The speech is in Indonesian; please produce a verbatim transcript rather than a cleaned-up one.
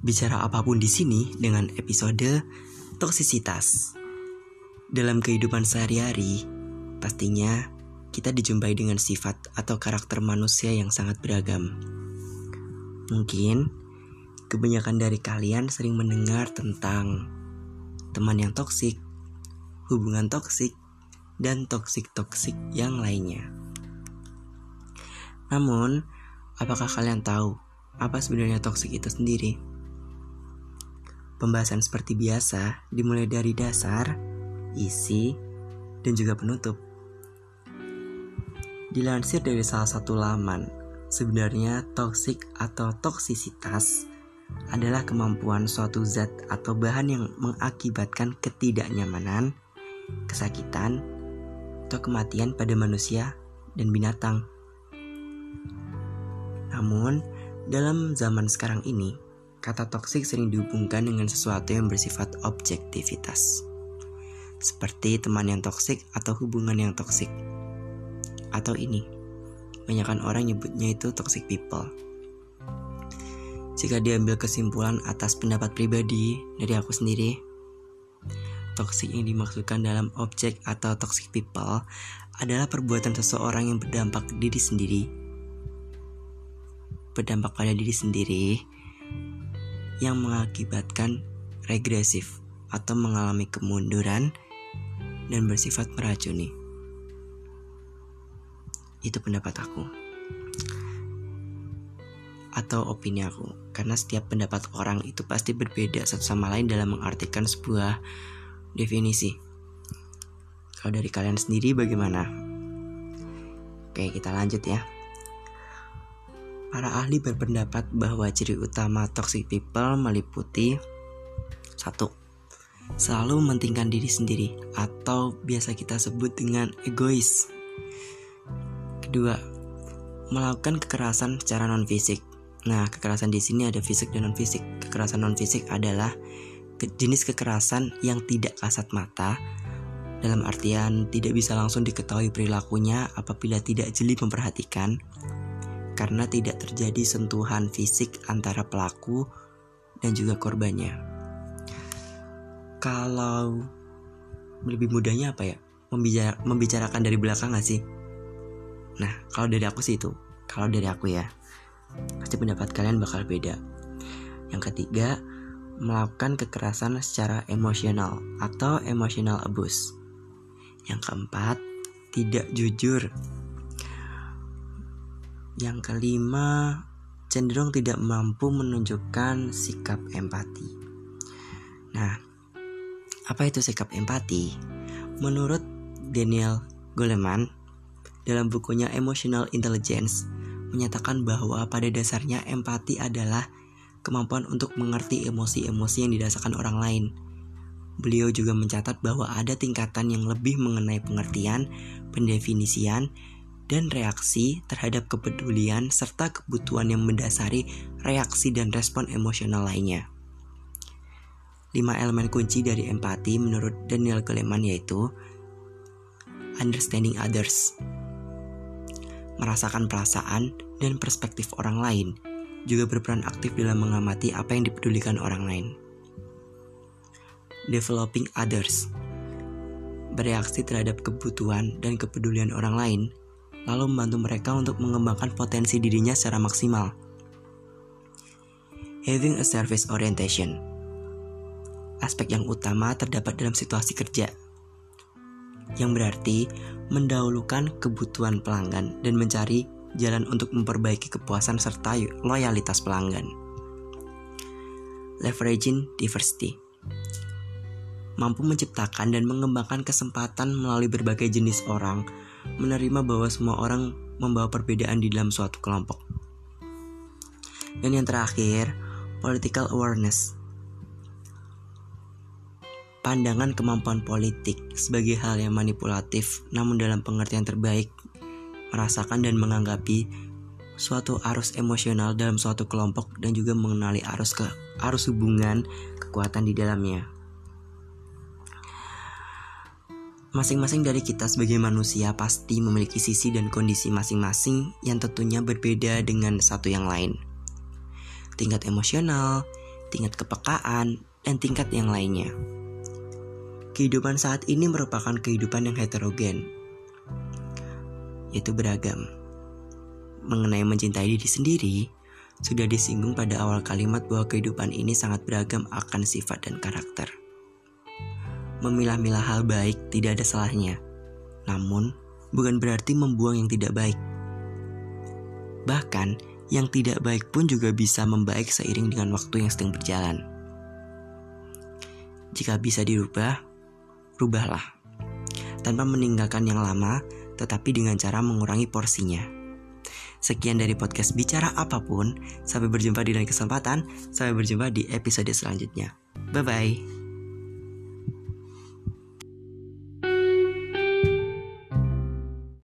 bicara apapun di sini dengan episode toksisitas. Dalam kehidupan sehari-hari, pastinya kita dijumpai dengan sifat atau karakter manusia yang sangat beragam. Mungkin kebanyakan dari kalian sering mendengar tentang teman yang toksik, hubungan toksik, dan toksik-toksik yang lainnya. Namun, apakah kalian tahu apa sebenarnya toksik itu sendiri? Pembahasan seperti biasa dimulai dari dasar, isi, dan juga penutup. Dilansir dari salah satu laman, sebenarnya toksik atau toksisitas adalah kemampuan suatu zat atau bahan yang mengakibatkan ketidaknyamanan, kesakitan, atau kematian pada manusia dan binatang. Namun, dalam zaman sekarang ini, kata toksik sering dihubungkan dengan sesuatu yang bersifat objektivitas, seperti teman yang toksik atau hubungan yang toksik. Atau ini, kebanyakan orang nyebutnya itu toxic people. Jika diambil kesimpulan atas pendapat pribadi dari aku sendiri, toksik yang dimaksudkan dalam objek atau toxic people adalah perbuatan seseorang yang berdampak diri sendiri, berdampak pada diri sendiri, yang mengakibatkan regresif atau mengalami kemunduran dan bersifat meracuni. Itu pendapat aku atau opini aku, karena setiap pendapat orang itu pasti berbeda satu sama lain dalam mengartikan sebuah definisi. Kalau dari kalian sendiri bagaimana? Oke, kita lanjut ya. Para ahli berpendapat bahwa ciri utama toxic people meliputi satu, selalu mementingkan diri sendiri atau biasa kita sebut dengan egois. Kedua, melakukan kekerasan secara non-fisik. Nah, kekerasan di sini ada fisik dan non-fisik. Kekerasan non-fisik adalah ke- jenis kekerasan yang tidak kasat mata, dalam artian tidak bisa langsung diketahui perilakunya apabila tidak jeli memperhatikan, karena tidak terjadi sentuhan fisik antara pelaku dan juga korbannya. Kalau lebih mudahnya apa ya? Membicara, membicarakan dari belakang gak sih? Nah, kalau dari aku sih itu. Kalau dari aku ya, pasti pendapat kalian bakal beda. Yang ketiga, melakukan kekerasan secara emosional atau emotional abuse. Yang keempat, tidak jujur. Yang kelima, cenderung tidak mampu menunjukkan sikap empati. Nah, apa itu sikap empati? Menurut Daniel Goleman, dalam bukunya Emotional Intelligence, menyatakan bahwa pada dasarnya empati adalah kemampuan untuk mengerti emosi-emosi yang dirasakan orang lain. Beliau juga mencatat bahwa ada tingkatan yang lebih mengenai pengertian, pendefinisian, dan reaksi terhadap kepedulian serta kebutuhan yang mendasari reaksi dan respon emosional lainnya. Lima elemen kunci dari empati menurut Daniel Goleman yaitu understanding others, merasakan perasaan dan perspektif orang lain, juga berperan aktif dalam mengamati apa yang dipedulikan orang lain. Developing others, bereaksi terhadap kebutuhan dan kepedulian orang lain, lalu membantu mereka untuk mengembangkan potensi dirinya secara maksimal. Having a service orientation, aspek yang utama terdapat dalam situasi kerja, yang berarti mendahulukan kebutuhan pelanggan dan mencari jalan untuk memperbaiki kepuasan serta loyalitas pelanggan. Leveraging diversity, mampu menciptakan dan mengembangkan kesempatan melalui berbagai jenis orang, menerima bahwa semua orang membawa perbedaan di dalam suatu kelompok. Dan yang terakhir, political awareness, pandangan kemampuan politik sebagai hal yang manipulatif namun dalam pengertian terbaik, merasakan dan menganggapi suatu arus emosional dalam suatu kelompok dan juga mengenali arus ke arus hubungan kekuatan di dalamnya. Masing-masing dari kita sebagai manusia pasti memiliki sisi dan kondisi masing-masing yang tentunya berbeda dengan satu yang lain. Tingkat emosional, tingkat kepekaan, dan tingkat yang lainnya. Kehidupan saat ini merupakan kehidupan yang heterogen, yaitu beragam. Mengenai mencintai diri sendiri, sudah disinggung pada awal kalimat bahwa kehidupan ini sangat beragam akan sifat dan karakter. Memilah-milah hal baik tidak ada salahnya, namun bukan berarti membuang yang tidak baik. Bahkan, yang tidak baik pun juga bisa membaik seiring dengan waktu yang sedang berjalan. Jika bisa dirubah, rubahlah. Tanpa meninggalkan yang lama, tetapi dengan cara mengurangi porsinya. Sekian dari podcast Bicara Apapun. Sampai berjumpa di lain kesempatan. Sampai berjumpa di episode selanjutnya. Bye-bye.